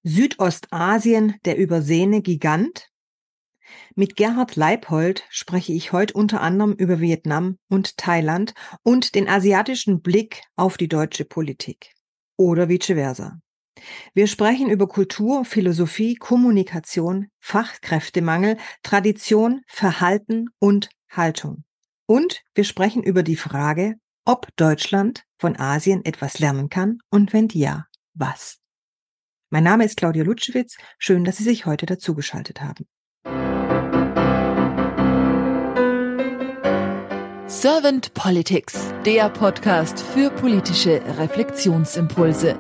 Südostasien, der übersehene Gigant? Mit Gerhard Leipold spreche ich heute unter anderem über Vietnam und Thailand und den asiatischen Blick auf die deutsche Politik. Oder vice versa. Wir sprechen über Kultur, Philosophie, Kommunikation, Fachkräftemangel, Tradition, Verhalten und Haltung. Und wir sprechen über die Frage, ob Deutschland von Asien etwas lernen kann und wenn ja, was. Mein Name ist Claudia Lutschewitz. Schön, dass Sie sich heute dazugeschaltet haben. Servant Politics, der Podcast für politische Reflexionsimpulse.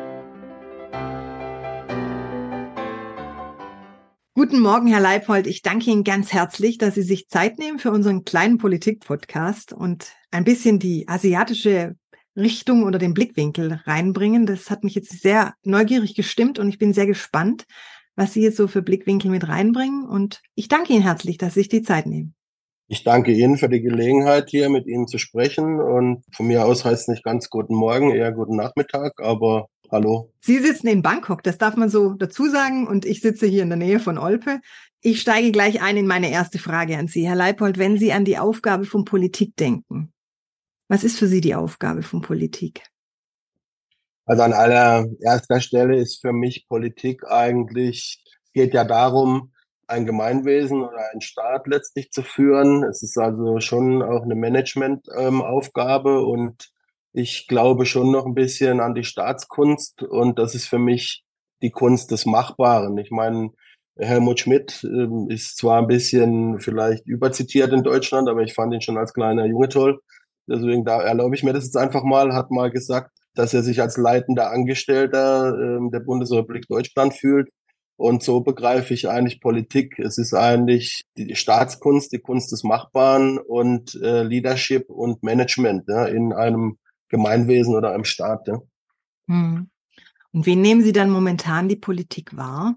Guten Morgen, Herr Leipold. Ich danke Ihnen ganz herzlich, dass Sie sich Zeit nehmen für unseren kleinen Politik-Podcast und ein bisschen die asiatische Richtung oder den Blickwinkel reinbringen. Das hat mich jetzt sehr neugierig gestimmt und ich bin sehr gespannt, was Sie jetzt so für Blickwinkel mit reinbringen. Und ich danke Ihnen herzlich, dass Sie sich die Zeit nehmen. Ich danke Ihnen für die Gelegenheit, hier mit Ihnen zu sprechen. Und von mir aus heißt es nicht ganz guten Morgen, eher guten Nachmittag, aber hallo. Sie sitzen in Bangkok, das darf man so dazu sagen. Und ich sitze hier in der Nähe von Olpe. Ich steige gleich ein in meine erste Frage an Sie, Herr Leipold. Wenn Sie an die Aufgabe von Politik denken, was ist für Sie die Aufgabe von Politik? Also an allererster Stelle ist für mich Politik eigentlich, geht ja darum, ein Gemeinwesen oder einen Staat letztlich zu führen. Es ist also schon auch eine Management-Aufgabe und ich glaube schon noch ein bisschen an die Staatskunst und das ist für mich die Kunst des Machbaren. Ich meine, Helmut Schmidt ist zwar ein bisschen vielleicht überzitiert in Deutschland, aber ich fand ihn schon als kleiner Junge toll. Deswegen da erlaube ich mir das jetzt einfach mal, hat mal gesagt, dass er sich als leitender Angestellter der Bundesrepublik Deutschland fühlt. Und so begreife ich eigentlich Politik. Es ist eigentlich die Staatskunst, die Kunst des Machbaren und Leadership und Management in einem Gemeinwesen oder einem Staat. Ja. Und wie nehmen Sie dann momentan die Politik wahr?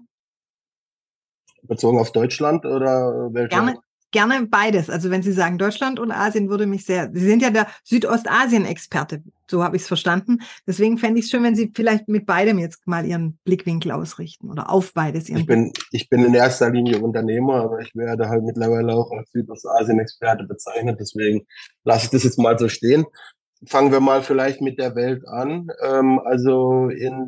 Bezogen auf Deutschland oder welche? Gerne beides. Also wenn Sie sagen Deutschland und Asien, würde mich sehr, Sie sind ja der Südostasien-Experte, so habe ich es verstanden. Deswegen fände ich es schön, wenn Sie vielleicht mit beidem jetzt mal Ihren Blickwinkel ausrichten oder auf beides. Ich bin in erster Linie Unternehmer, aber ich werde halt mittlerweile auch als Südostasien-Experte bezeichnet. Deswegen lasse ich das jetzt mal so stehen. Fangen wir mal vielleicht mit der Welt an. Also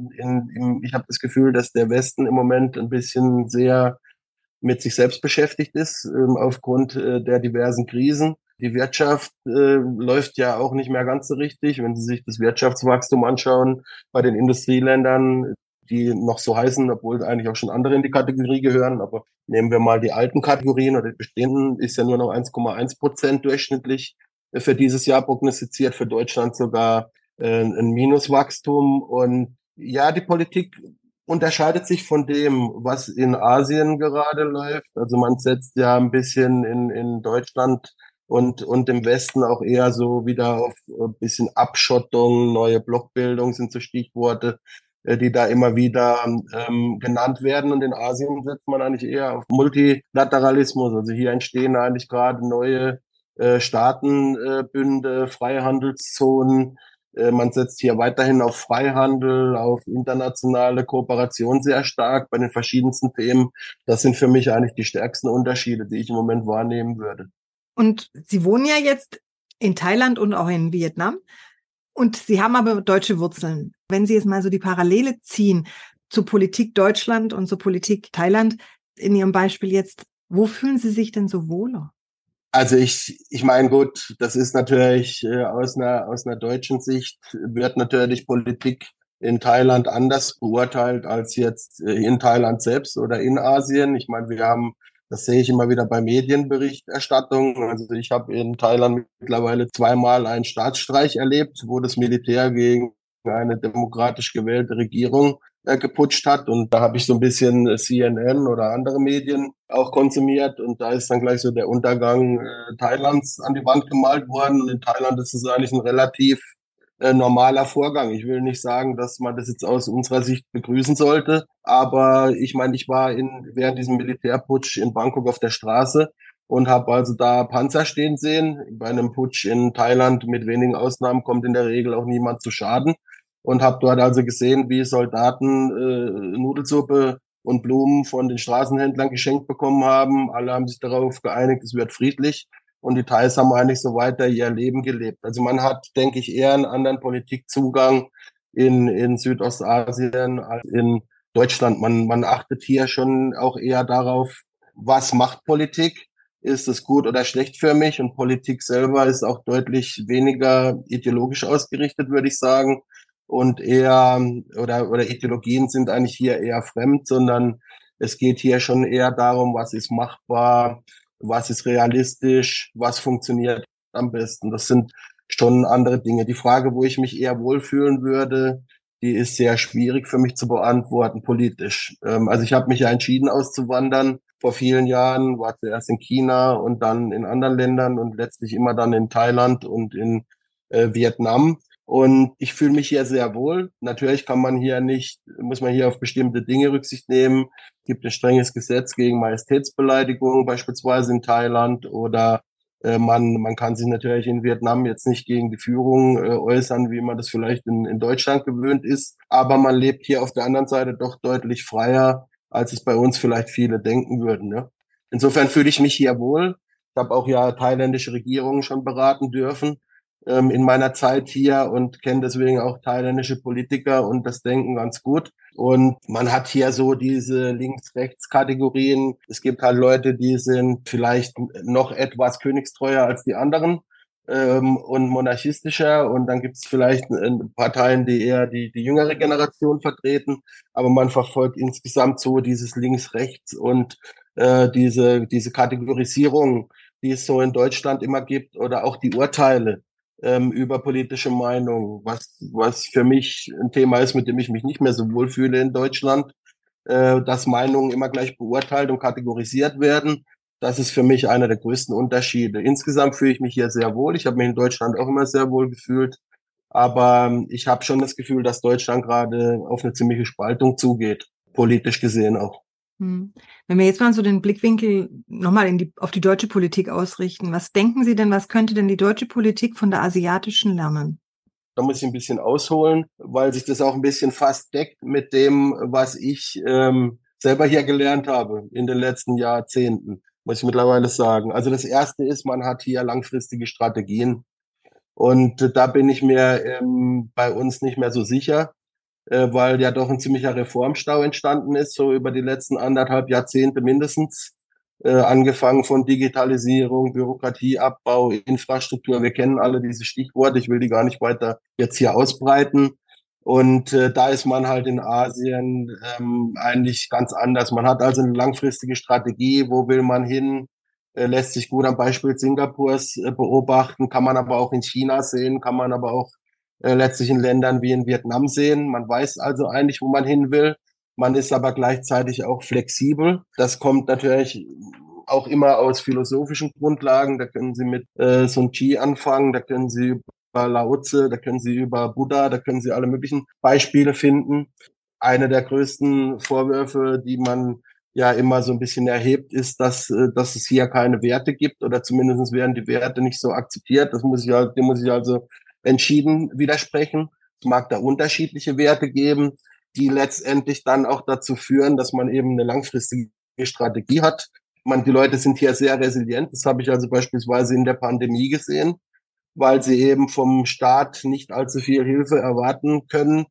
ich habe das Gefühl, dass der Westen im Moment ein bisschen sehr mit sich selbst beschäftigt ist, aufgrund der diversen Krisen. Die Wirtschaft läuft ja auch nicht mehr ganz so richtig. Wenn Sie sich das Wirtschaftswachstum anschauen bei den Industrieländern, die noch so heißen, obwohl eigentlich auch schon andere in die Kategorie gehören. Aber nehmen wir mal die alten Kategorien oder die bestehenden, ist ja nur noch 1,1% durchschnittlich für dieses Jahr prognostiziert, für Deutschland sogar ein Minuswachstum. Und ja, die Politik unterscheidet sich von dem, was in Asien gerade läuft. Also man setzt ja ein bisschen in Deutschland und im Westen auch eher so wieder auf ein bisschen Abschottung, neue Blockbildung sind so Stichworte, die da immer wieder genannt werden. Und in Asien setzt man eigentlich eher auf Multilateralismus. Also hier entstehen eigentlich gerade neue Staatenbünde, Freihandelszonen. Man setzt hier weiterhin auf Freihandel, auf internationale Kooperation sehr stark bei den verschiedensten Themen. Das sind für mich eigentlich die stärksten Unterschiede, die ich im Moment wahrnehmen würde. Und Sie wohnen ja jetzt in Thailand und auch in Vietnam. Und Sie haben aber deutsche Wurzeln. Wenn Sie jetzt mal so die Parallele ziehen zur Politik Deutschland und zur Politik Thailand, in Ihrem Beispiel jetzt, wo fühlen Sie sich denn so wohler? Also ich meine, gut, das ist natürlich aus einer deutschen Sicht wird natürlich Politik in Thailand anders beurteilt als jetzt in Thailand selbst oder in Asien. Ich meine, das sehe ich immer wieder bei Medienberichterstattung. Also ich habe in Thailand mittlerweile zweimal einen Staatsstreich erlebt, wo das Militär gegen eine demokratisch gewählte Regierung geputscht hat. Und da habe ich so ein bisschen CNN oder andere Medien auch konsumiert. Und da ist dann gleich so der Untergang Thailands an die Wand gemalt worden. Und in Thailand ist es eigentlich ein relativ normaler Vorgang. Ich will nicht sagen, dass man das jetzt aus unserer Sicht begrüßen sollte, aber ich meine, ich war während diesem Militärputsch in Bangkok auf der Straße und habe also da Panzer stehen sehen. Bei einem Putsch in Thailand mit wenigen Ausnahmen kommt in der Regel auch niemand zu Schaden. und habe dort also gesehen, wie Soldaten Nudelsuppe und Blumen von den Straßenhändlern geschenkt bekommen haben. Alle haben sich darauf geeinigt, es wird friedlich. Und die Thais haben eigentlich so weiter ihr Leben gelebt. Also man hat, denke ich, eher einen anderen Politikzugang in Südostasien als in Deutschland. Man achtet hier schon auch eher darauf, was macht Politik? Ist es gut oder schlecht für mich? Und Politik selber ist auch deutlich weniger ideologisch ausgerichtet, würde ich sagen. Und eher, oder Ideologien sind eigentlich hier eher fremd, sondern es geht hier schon eher darum, was ist machbar, was ist realistisch, was funktioniert am besten. Das sind schon andere Dinge. Die Frage, wo ich mich eher wohlfühlen würde, die ist sehr schwierig für mich zu beantworten politisch. Also ich habe mich ja entschieden auszuwandern vor vielen Jahren, war zuerst in China und dann in anderen Ländern und letztlich immer dann in Thailand und in Vietnam. Und ich fühle mich hier sehr wohl. Natürlich muss man hier auf bestimmte Dinge Rücksicht nehmen. Es gibt ein strenges Gesetz gegen Majestätsbeleidigung, beispielsweise in Thailand, oder man kann sich natürlich in Vietnam jetzt nicht gegen die Führung äußern, wie man das vielleicht in Deutschland gewöhnt ist. Aber man lebt hier auf der anderen Seite doch deutlich freier, als es bei uns vielleicht viele denken würden. Ne? Insofern fühle ich mich hier wohl. Ich habe auch ja thailändische Regierungen schon beraten dürfen in meiner Zeit hier und kenne deswegen auch thailändische Politiker und das Denken ganz gut. Und man hat hier so diese Links-Rechts-Kategorien. Es gibt halt Leute, die sind vielleicht noch etwas königstreuer als die anderen und monarchistischer. Und dann gibt es vielleicht Parteien, die eher die jüngere Generation vertreten. Aber man verfolgt insgesamt so dieses Links-Rechts und diese Kategorisierung, die es so in Deutschland immer gibt, oder auch die Urteile über politische Meinung, was für mich ein Thema ist, mit dem ich mich nicht mehr so wohlfühle in Deutschland, dass Meinungen immer gleich beurteilt und kategorisiert werden. Das ist für mich einer der größten Unterschiede. Insgesamt fühle ich mich hier sehr wohl. Ich habe mich in Deutschland auch immer sehr wohl gefühlt. Aber ich habe schon das Gefühl, dass Deutschland gerade auf eine ziemliche Spaltung zugeht, politisch gesehen auch. Wenn wir jetzt mal so den Blickwinkel nochmal auf die deutsche Politik ausrichten, was denken Sie denn, was könnte denn die deutsche Politik von der asiatischen lernen? Da muss ich ein bisschen ausholen, weil sich das auch ein bisschen fast deckt mit dem, was ich selber hier gelernt habe in den letzten Jahrzehnten, muss ich mittlerweile sagen. Also das Erste ist, man hat hier langfristige Strategien. Und da bin ich mir bei uns nicht mehr so sicher, weil ja doch ein ziemlicher Reformstau entstanden ist, so über die letzten 1,5 Jahrzehnte mindestens. Angefangen von Digitalisierung, Bürokratieabbau, Infrastruktur. Wir kennen alle diese Stichworte. Ich will die gar nicht weiter jetzt hier ausbreiten. Und da ist man halt in Asien eigentlich ganz anders. Man hat also eine langfristige Strategie. Wo will man hin? Lässt sich gut am Beispiel Singapurs beobachten, kann man aber auch in China sehen, kann man aber auch letztlich in Ländern wie in Vietnam sehen. Man weiß also eigentlich, wo man hin will. Man ist aber gleichzeitig auch flexibel. Das kommt natürlich auch immer aus philosophischen Grundlagen. Da können Sie mit Sun Tzu anfangen, da können Sie über Lao Tse, da können Sie über Buddha, da können Sie alle möglichen Beispiele finden. Einer der größten Vorwürfe, die man ja immer so ein bisschen erhebt, ist, dass es hier keine Werte gibt oder zumindest werden die Werte nicht so akzeptiert. Dem muss ich also entschieden widersprechen. Es mag da unterschiedliche Werte geben, die letztendlich dann auch dazu führen, dass man eben eine langfristige Strategie hat. Die Leute sind hier sehr resilient. Das habe ich also beispielsweise in der Pandemie gesehen, weil sie eben vom Staat nicht allzu viel Hilfe erwarten können,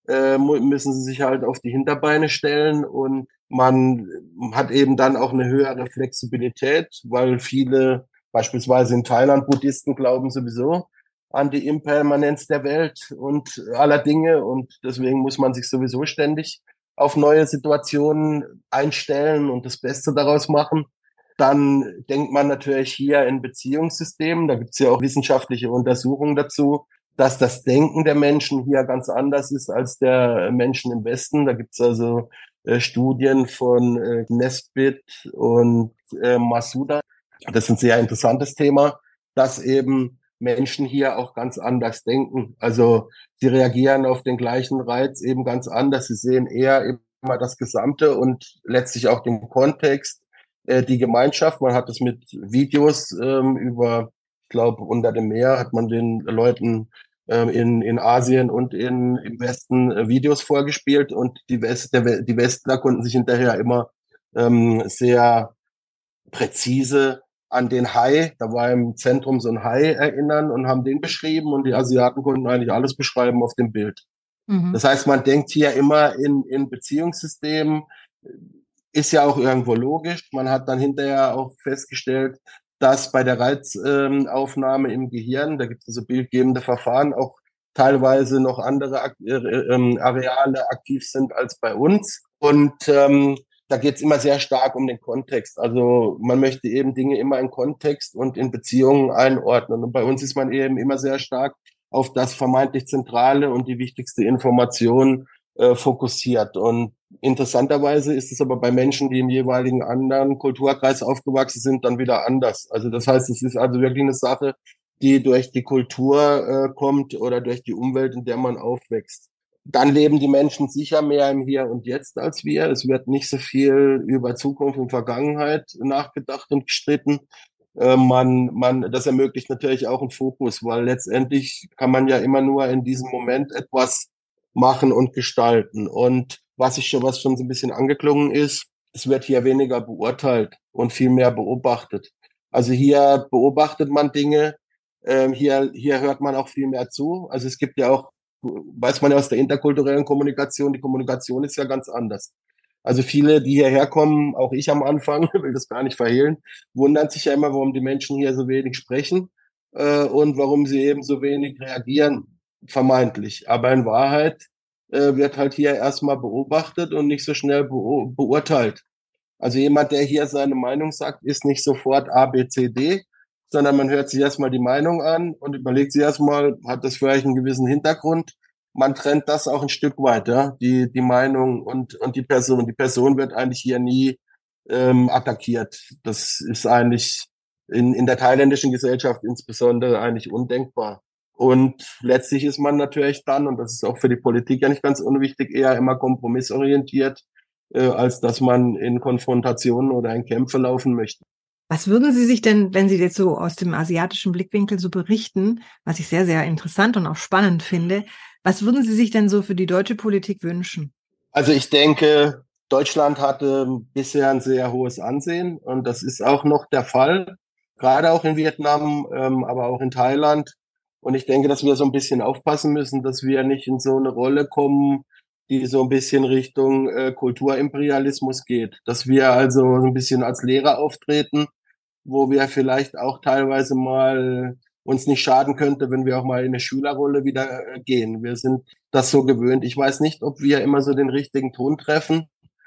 müssen sie sich halt auf die Hinterbeine stellen und man hat eben dann auch eine höhere Flexibilität, weil viele, beispielsweise in Thailand, Buddhisten glauben sowieso an die Impermanenz der Welt und aller Dinge und deswegen muss man sich sowieso ständig auf neue Situationen einstellen und das Beste daraus machen. Dann denkt man natürlich hier in Beziehungssystemen, da gibt es ja auch wissenschaftliche Untersuchungen dazu, dass das Denken der Menschen hier ganz anders ist als der Menschen im Westen. Da gibt es also Studien von Nesbitt und Masuda. Das ist ein sehr interessantes Thema, dass eben Menschen hier auch ganz anders denken. Also sie reagieren auf den gleichen Reiz eben ganz anders. Sie sehen eher immer das Gesamte und letztlich auch den Kontext, die Gemeinschaft. Man hat es mit Videos über, ich glaube, unter dem Meer hat man den Leuten in Asien und im Westen Videos vorgespielt und die Westler konnten sich hinterher immer sehr präzise an den Hai, da war im Zentrum so ein Hai, erinnern und haben den beschrieben und die Asiaten konnten eigentlich alles beschreiben auf dem Bild. Mhm. Das heißt, man denkt hier immer in Beziehungssystemen, ist ja auch irgendwo logisch. Man hat dann hinterher auch festgestellt, dass bei der Reizaufnahme im Gehirn, da gibt es so bildgebende Verfahren, auch teilweise noch andere Areale aktiv sind als bei uns. Und da geht es immer sehr stark um den Kontext. Also man möchte eben Dinge immer in Kontext und in Beziehungen einordnen. Und bei uns ist man eben immer sehr stark auf das vermeintlich Zentrale und die wichtigste Information fokussiert. Und interessanterweise ist es aber bei Menschen, die im jeweiligen anderen Kulturkreis aufgewachsen sind, dann wieder anders. Also das heißt, es ist also wirklich eine Sache, die durch die Kultur kommt oder durch die Umwelt, in der man aufwächst. Dann leben die Menschen sicher mehr im Hier und Jetzt als wir. Es wird nicht so viel über Zukunft und Vergangenheit nachgedacht und gestritten. Das ermöglicht natürlich auch einen Fokus, weil letztendlich kann man ja immer nur in diesem Moment etwas machen und gestalten. Und was schon so ein bisschen angeklungen ist, es wird hier weniger beurteilt und viel mehr beobachtet. Also hier beobachtet man Dinge, hier hört man auch viel mehr zu. Also es gibt ja auch, weiß man ja aus der interkulturellen Kommunikation, die Kommunikation ist ja ganz anders. Also viele, die hierher kommen, auch ich am Anfang, will das gar nicht verhehlen, wundern sich ja immer, warum die Menschen hier so wenig sprechen und warum sie eben so wenig reagieren, vermeintlich. Aber in Wahrheit wird halt hier erstmal beobachtet und nicht so schnell beurteilt. Also jemand, der hier seine Meinung sagt, ist nicht sofort A, B, C, D, sondern man hört sich erstmal die Meinung an und überlegt sich erstmal, hat das vielleicht einen gewissen Hintergrund? Man trennt das auch ein Stück weiter, die Meinung und die Person. Die Person wird eigentlich hier nie attackiert. Das ist eigentlich in der thailändischen Gesellschaft insbesondere eigentlich undenkbar. Und letztlich ist man natürlich dann, und das ist auch für die Politik ja nicht ganz unwichtig, eher immer kompromissorientiert, als dass man in Konfrontationen oder in Kämpfe laufen möchte. Was würden Sie sich denn, wenn Sie jetzt so aus dem asiatischen Blickwinkel so berichten, was ich sehr, sehr interessant und auch spannend finde, was würden Sie sich denn so für die deutsche Politik wünschen? Also ich denke, Deutschland hatte bisher ein sehr hohes Ansehen und das ist auch noch der Fall, gerade auch in Vietnam, aber auch in Thailand. Und ich denke, dass wir so ein bisschen aufpassen müssen, dass wir nicht in so eine Rolle kommen, die so ein bisschen Richtung Kulturimperialismus geht. Dass wir also so ein bisschen als Lehrer auftreten, wo wir vielleicht auch teilweise mal uns nicht schaden könnte, wenn wir auch mal in eine Schülerrolle wieder gehen. Wir sind das so gewöhnt. Ich weiß nicht, ob wir immer so den richtigen Ton treffen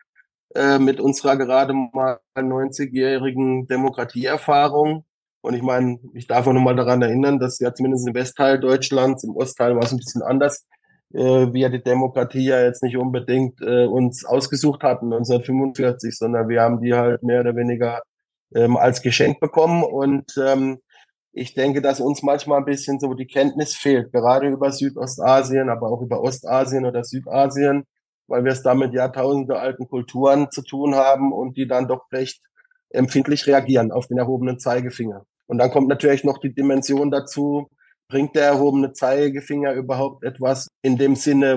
mit unserer gerade mal 90-jährigen Demokratieerfahrung. Und ich meine, ich darf auch noch mal daran erinnern, dass ja zumindest im Westteil Deutschlands, im Ostteil war es ein bisschen anders, wir die Demokratie ja jetzt nicht unbedingt uns ausgesucht hatten 1945, sondern wir haben die halt mehr oder weniger als Geschenk bekommen. Und ich denke, dass uns manchmal ein bisschen so die Kenntnis fehlt, gerade über Südostasien, aber auch über Ostasien oder Südasien, weil wir es da mit Jahrtausende alten Kulturen zu tun haben und die dann doch recht empfindlich reagieren auf den erhobenen Zeigefinger. Und dann kommt natürlich noch die Dimension dazu, bringt der erhobene Zeigefinger überhaupt etwas in dem Sinne,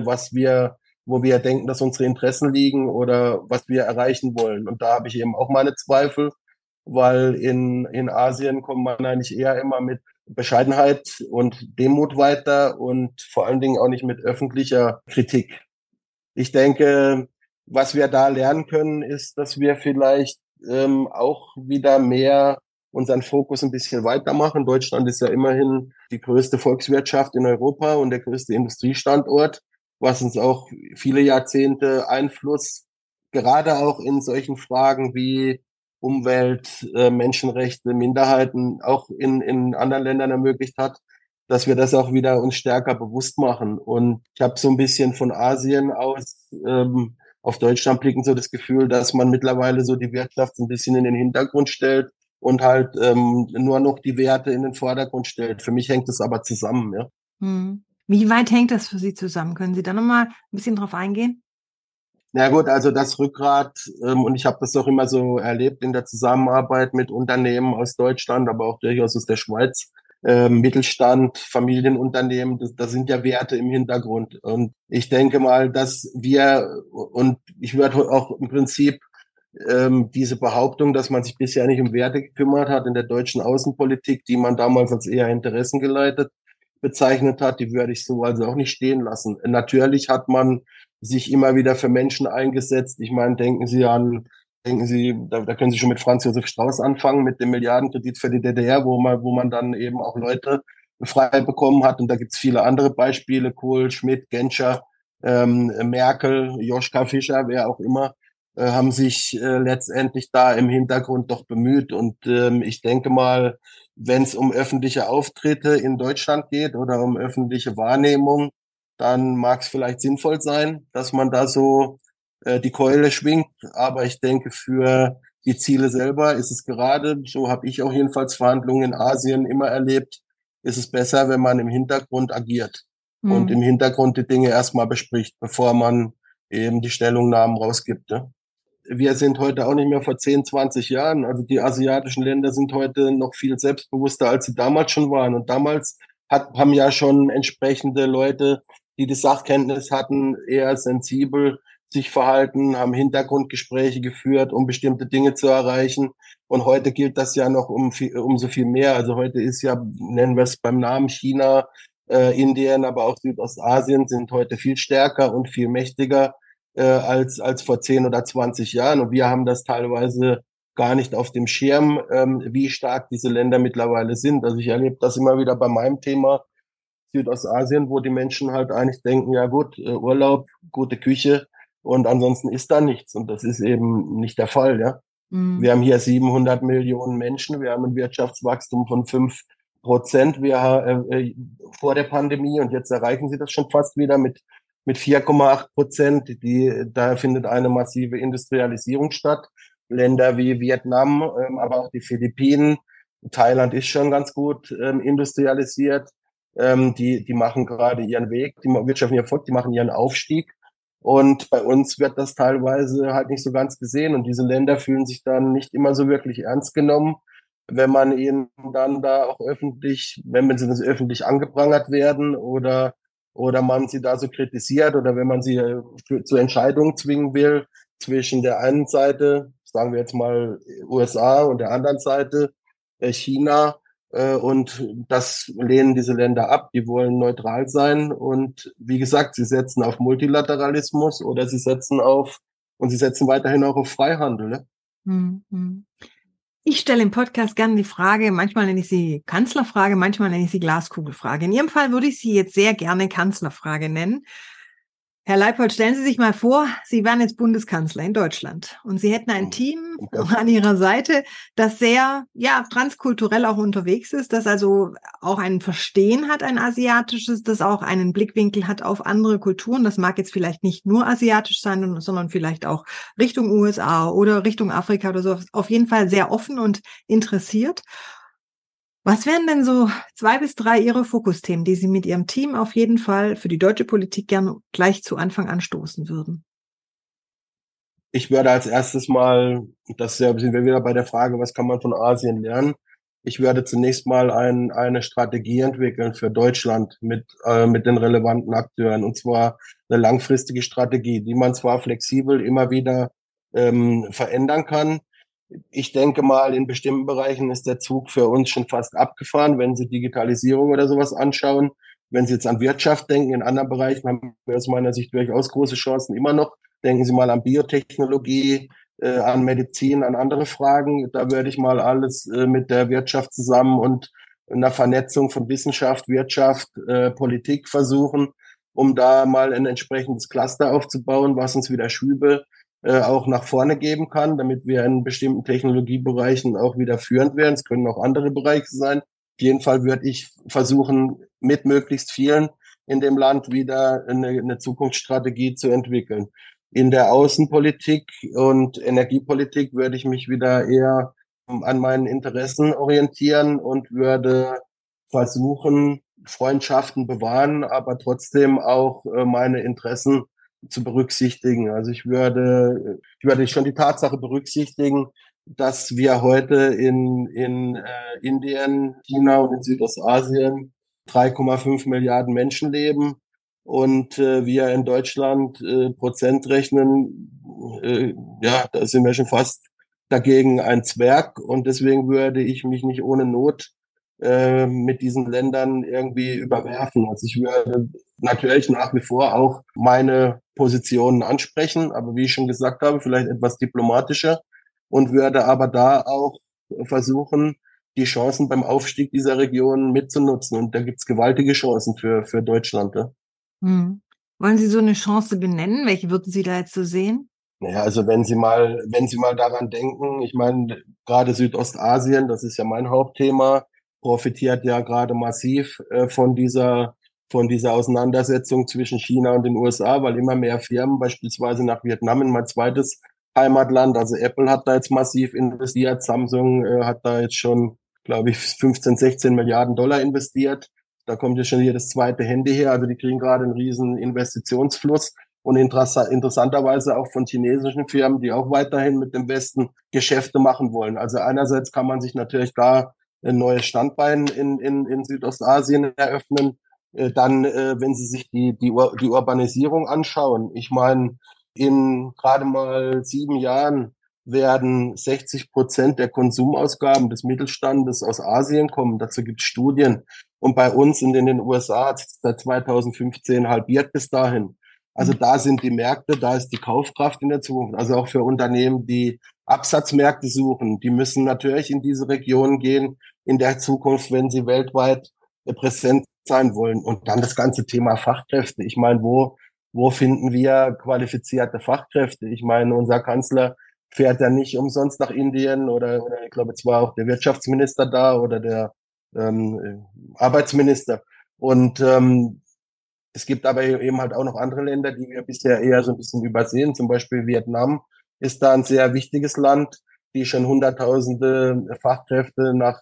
wo wir denken, dass unsere Interessen liegen oder was wir erreichen wollen. Und da habe ich eben auch meine Zweifel, weil in Asien kommt man eigentlich eher immer mit Bescheidenheit und Demut weiter und vor allen Dingen auch nicht mit öffentlicher Kritik. Ich denke, was wir da lernen können, ist, dass wir vielleicht auch wieder mehr unseren Fokus ein bisschen weitermachen. Deutschland ist ja immerhin die größte Volkswirtschaft in Europa und der größte Industriestandort, was uns auch viele Jahrzehnte Einfluss, gerade auch in solchen Fragen wie Umwelt, Menschenrechte, Minderheiten auch in anderen Ländern ermöglicht hat, dass wir das auch wieder uns stärker bewusst machen. Und ich habe so ein bisschen von Asien aus auf Deutschland blickend so das Gefühl, dass man mittlerweile so die Wirtschaft so ein bisschen in den Hintergrund stellt und halt nur noch die Werte in den Vordergrund stellt. Für mich hängt das aber zusammen, ja. Wie weit hängt das für Sie zusammen? Können Sie da nochmal ein bisschen drauf eingehen? Na gut, also das Rückgrat, und ich habe das auch immer so erlebt in der Zusammenarbeit mit Unternehmen aus Deutschland, aber auch durchaus aus der Schweiz, Mittelstand, Familienunternehmen, das sind ja Werte im Hintergrund. Und ich denke mal, dass und ich würde auch im Prinzip diese Behauptung, dass man sich bisher nicht um Werte gekümmert hat in der deutschen Außenpolitik, die man damals als eher interessengeleitet bezeichnet hat, die würde ich so also auch nicht stehen lassen. Natürlich hat man sich immer wieder für Menschen eingesetzt. Ich meine, da können Sie schon mit Franz Josef Strauß anfangen, mit dem Milliardenkredit für die DDR, wo man dann eben auch Leute frei bekommen hat. Und da gibt's viele andere Beispiele, Kohl, Schmidt, Genscher, Merkel, Joschka Fischer, wer auch immer, haben sich letztendlich da im Hintergrund doch bemüht. Und ich denke mal, wenn es um öffentliche Auftritte in Deutschland geht oder um öffentliche Wahrnehmung, dann mag es vielleicht sinnvoll sein, dass man da so die Keule schwingt. Aber ich denke, für die Ziele selber ist es gerade, so habe ich auch jedenfalls Verhandlungen in Asien immer erlebt, ist es besser, wenn man im Hintergrund agiert und im Hintergrund die Dinge erstmal bespricht, bevor man eben die Stellungnahmen rausgibt. Ne? Wir sind heute auch nicht mehr vor 10, 20 Jahren. Also die asiatischen Länder sind heute noch viel selbstbewusster, als sie damals schon waren. Und damals haben ja schon entsprechende Leute, die Sachkenntnis hatten, eher sensibel sich verhalten, haben Hintergrundgespräche geführt, um bestimmte Dinge zu erreichen. Und heute gilt das ja noch umso viel mehr. Also heute ist ja, nennen wir es beim Namen China, Indien, aber auch Südostasien sind heute viel stärker und viel mächtiger als vor 10 oder 20 Jahren. Und wir haben das teilweise gar nicht auf dem Schirm, wie stark diese Länder mittlerweile sind. Also ich erlebe das immer wieder bei meinem Thema Südostasien, wo die Menschen halt eigentlich denken, ja gut, Urlaub, gute Küche und ansonsten ist da nichts. Und das ist eben nicht der Fall, ja. Wir haben hier 700 Millionen Menschen, wir haben ein Wirtschaftswachstum von 5% vor der Pandemie und jetzt erreichen sie das schon fast wieder mit 4,8%. Da findet eine massive Industrialisierung statt. Länder wie Vietnam, aber auch die Philippinen, Thailand ist schon ganz gut industrialisiert. Die machen gerade ihren Weg, die wirtschaftlichen Erfolg, die machen ihren Aufstieg. Und bei uns wird das teilweise halt nicht so ganz gesehen. Und diese Länder fühlen sich dann nicht immer so wirklich ernst genommen, wenn man ihnen dann da auch wenn sie öffentlich angeprangert werden oder man sie da so kritisiert oder wenn man sie zu Entscheidungen zwingen will zwischen der einen Seite, sagen wir jetzt mal USA und der anderen Seite China. Und das lehnen diese Länder ab. Die wollen neutral sein. Und wie gesagt, sie setzen auf Multilateralismus oder sie setzen weiterhin auch auf Freihandel. Ne? Mhm. Ich stelle im Podcast gerne die Frage, manchmal nenne ich sie Kanzlerfrage, manchmal nenne ich sie Glaskugelfrage. In Ihrem Fall würde ich sie jetzt sehr gerne Kanzlerfrage nennen. Herr Leipold, stellen Sie sich mal vor, Sie wären jetzt Bundeskanzler in Deutschland und Sie hätten ein Team an Ihrer Seite, das sehr, transkulturell auch unterwegs ist, das also auch ein Verstehen hat, ein asiatisches, das auch einen Blickwinkel hat auf andere Kulturen. Das mag jetzt vielleicht nicht nur asiatisch sein, sondern vielleicht auch Richtung USA oder Richtung Afrika oder so. Auf jeden Fall sehr offen und interessiert. Was wären denn so 2 bis 3 Ihre Fokusthemen, die Sie mit Ihrem Team auf jeden Fall für die deutsche Politik gerne gleich zu Anfang anstoßen würden? Ich würde als erstes mal, sind wir wieder bei der Frage, was kann man von Asien lernen? Ich werde zunächst mal eine Strategie entwickeln für Deutschland mit den relevanten Akteuren, und zwar eine langfristige Strategie, die man zwar flexibel immer wieder verändern kann. Ich denke mal, in bestimmten Bereichen ist der Zug für uns schon fast abgefahren, wenn Sie Digitalisierung oder sowas anschauen. Wenn Sie jetzt an Wirtschaft denken, in anderen Bereichen haben wir aus meiner Sicht durchaus große Chancen immer noch. Denken Sie mal an Biotechnologie, an Medizin, an andere Fragen. Da würde ich mal alles mit der Wirtschaft zusammen und einer Vernetzung von Wissenschaft, Wirtschaft, Politik versuchen, um da mal ein entsprechendes Cluster aufzubauen, was uns wieder Schübe auch nach vorne geben kann, damit wir in bestimmten Technologiebereichen auch wieder führend werden. Es können auch andere Bereiche sein. Auf jeden Fall würde ich versuchen, mit möglichst vielen in dem Land wieder eine Zukunftsstrategie zu entwickeln. In der Außenpolitik und Energiepolitik würde ich mich wieder eher an meinen Interessen orientieren und würde versuchen, Freundschaften bewahren, aber trotzdem auch meine Interessen zu berücksichtigen. Also ich würde schon die Tatsache berücksichtigen, dass wir heute in Indien, China und in Südostasien 3,5 Milliarden Menschen leben und wir in Deutschland Prozent rechnen, ja, da sind wir schon fast dagegen ein Zwerg und deswegen würde ich mich nicht ohne Not mit diesen Ländern irgendwie überwerfen. Also ich würde natürlich nach wie vor auch meine Positionen ansprechen, aber wie ich schon gesagt habe, vielleicht etwas diplomatischer und würde aber da auch versuchen, die Chancen beim Aufstieg dieser Region mitzunutzen. Und da gibt's gewaltige Chancen für Deutschland. Ja. Hm. Wollen Sie so eine Chance benennen? Welche würden Sie da jetzt so sehen? Naja, also wenn Sie mal daran denken, ich meine, gerade Südostasien, das ist ja mein Hauptthema, profitiert ja gerade massiv von dieser Auseinandersetzung zwischen China und den USA, weil immer mehr Firmen beispielsweise nach Vietnam in mein zweites Heimatland, also Apple hat da jetzt massiv investiert, Samsung hat da jetzt schon, glaube ich, 15, 16 Milliarden Dollar investiert. Da kommt ja schon jedes zweite Handy her, also die kriegen gerade einen riesen Investitionsfluss und interessanterweise auch von chinesischen Firmen, die auch weiterhin mit dem Westen Geschäfte machen wollen. Also einerseits kann man sich natürlich da ein neues Standbein in Südostasien eröffnen. Dann, wenn Sie sich die Urbanisierung anschauen, ich meine, in gerade mal 7 Jahren werden 60% der Konsumausgaben des Mittelstandes aus Asien kommen. Dazu gibt es Studien. Und bei uns in den USA hat es seit 2015 halbiert bis dahin. Also da sind die Märkte, da ist die Kaufkraft in der Zukunft. Also auch für Unternehmen, die Absatzmärkte suchen, die müssen natürlich in diese Regionen gehen in der Zukunft, wenn sie weltweit präsent sein wollen. Und dann das ganze Thema Fachkräfte. Ich meine, wo finden wir qualifizierte Fachkräfte? Ich meine, unser Kanzler fährt ja nicht umsonst nach Indien oder ich glaube, es war auch der Wirtschaftsminister da oder der Arbeitsminister. Und es gibt aber eben halt auch noch andere Länder, die wir bisher eher so ein bisschen übersehen. Zum Beispiel Vietnam ist da ein sehr wichtiges Land, die schon Hunderttausende Fachkräfte nach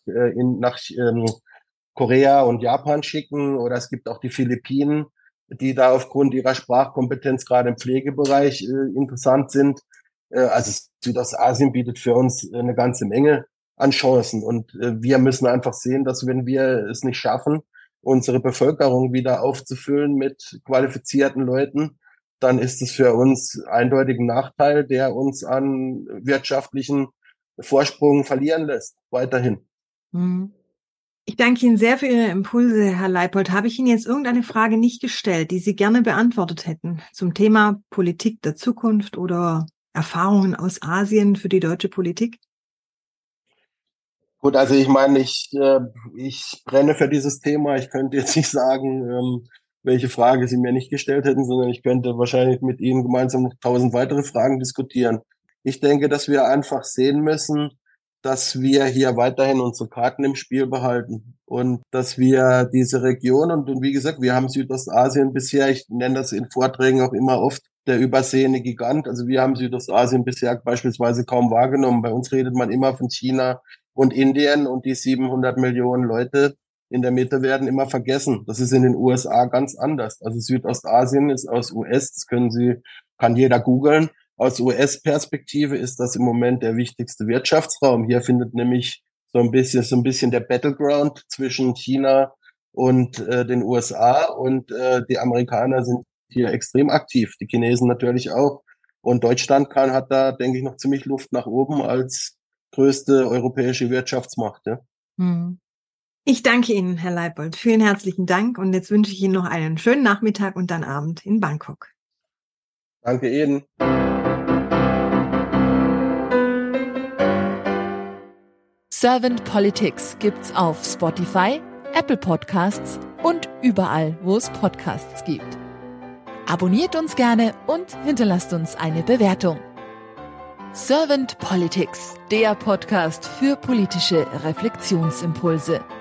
Korea und Japan schicken. Oder es gibt auch die Philippinen, die da aufgrund ihrer Sprachkompetenz gerade im Pflegebereich interessant sind. Also Südostasien bietet für uns eine ganze Menge an Chancen. Und wir müssen einfach sehen, dass wenn wir es nicht schaffen, unsere Bevölkerung wieder aufzufüllen mit qualifizierten Leuten, dann ist es für uns eindeutig ein Nachteil, der uns an wirtschaftlichen Vorsprung verlieren lässt, weiterhin. Ich danke Ihnen sehr für Ihre Impulse, Herr Leipold. Habe ich Ihnen jetzt irgendeine Frage nicht gestellt, die Sie gerne beantwortet hätten zum Thema Politik der Zukunft oder Erfahrungen aus Asien für die deutsche Politik? Gut, also ich meine, ich brenne für dieses Thema. Ich könnte jetzt nicht sagen, welche Frage Sie mir nicht gestellt hätten, sondern ich könnte wahrscheinlich mit Ihnen gemeinsam noch 1000 weitere Fragen diskutieren. Ich denke, dass wir einfach sehen müssen, dass wir hier weiterhin unsere Karten im Spiel behalten und dass wir diese Region und wie gesagt, wir haben Südostasien bisher, ich nenne das in Vorträgen auch immer oft, der übersehene Gigant. Also wir haben Südostasien bisher beispielsweise kaum wahrgenommen. Bei uns redet man immer von China und Indien und die 700 Millionen Leute in der Mitte werden immer vergessen. Das ist in den USA ganz anders. Also Südostasien ist aus US, kann jeder googeln. Aus US-Perspektive ist das im Moment der wichtigste Wirtschaftsraum. Hier findet nämlich so ein bisschen der Battleground zwischen China und den USA und die Amerikaner sind hier extrem aktiv. Die Chinesen natürlich auch. Und Deutschland hat da, denke ich, noch ziemlich Luft nach oben als größte europäische Wirtschaftsmacht. Ja. Ich danke Ihnen, Herr Leipold. Vielen herzlichen Dank. Und jetzt wünsche ich Ihnen noch einen schönen Nachmittag und dann Abend in Bangkok. Danke Ihnen. Servant Politics gibt's auf Spotify, Apple Podcasts und überall, wo es Podcasts gibt. Abonniert uns gerne und hinterlasst uns eine Bewertung. Servant Politics, der Podcast für politische Reflexionsimpulse.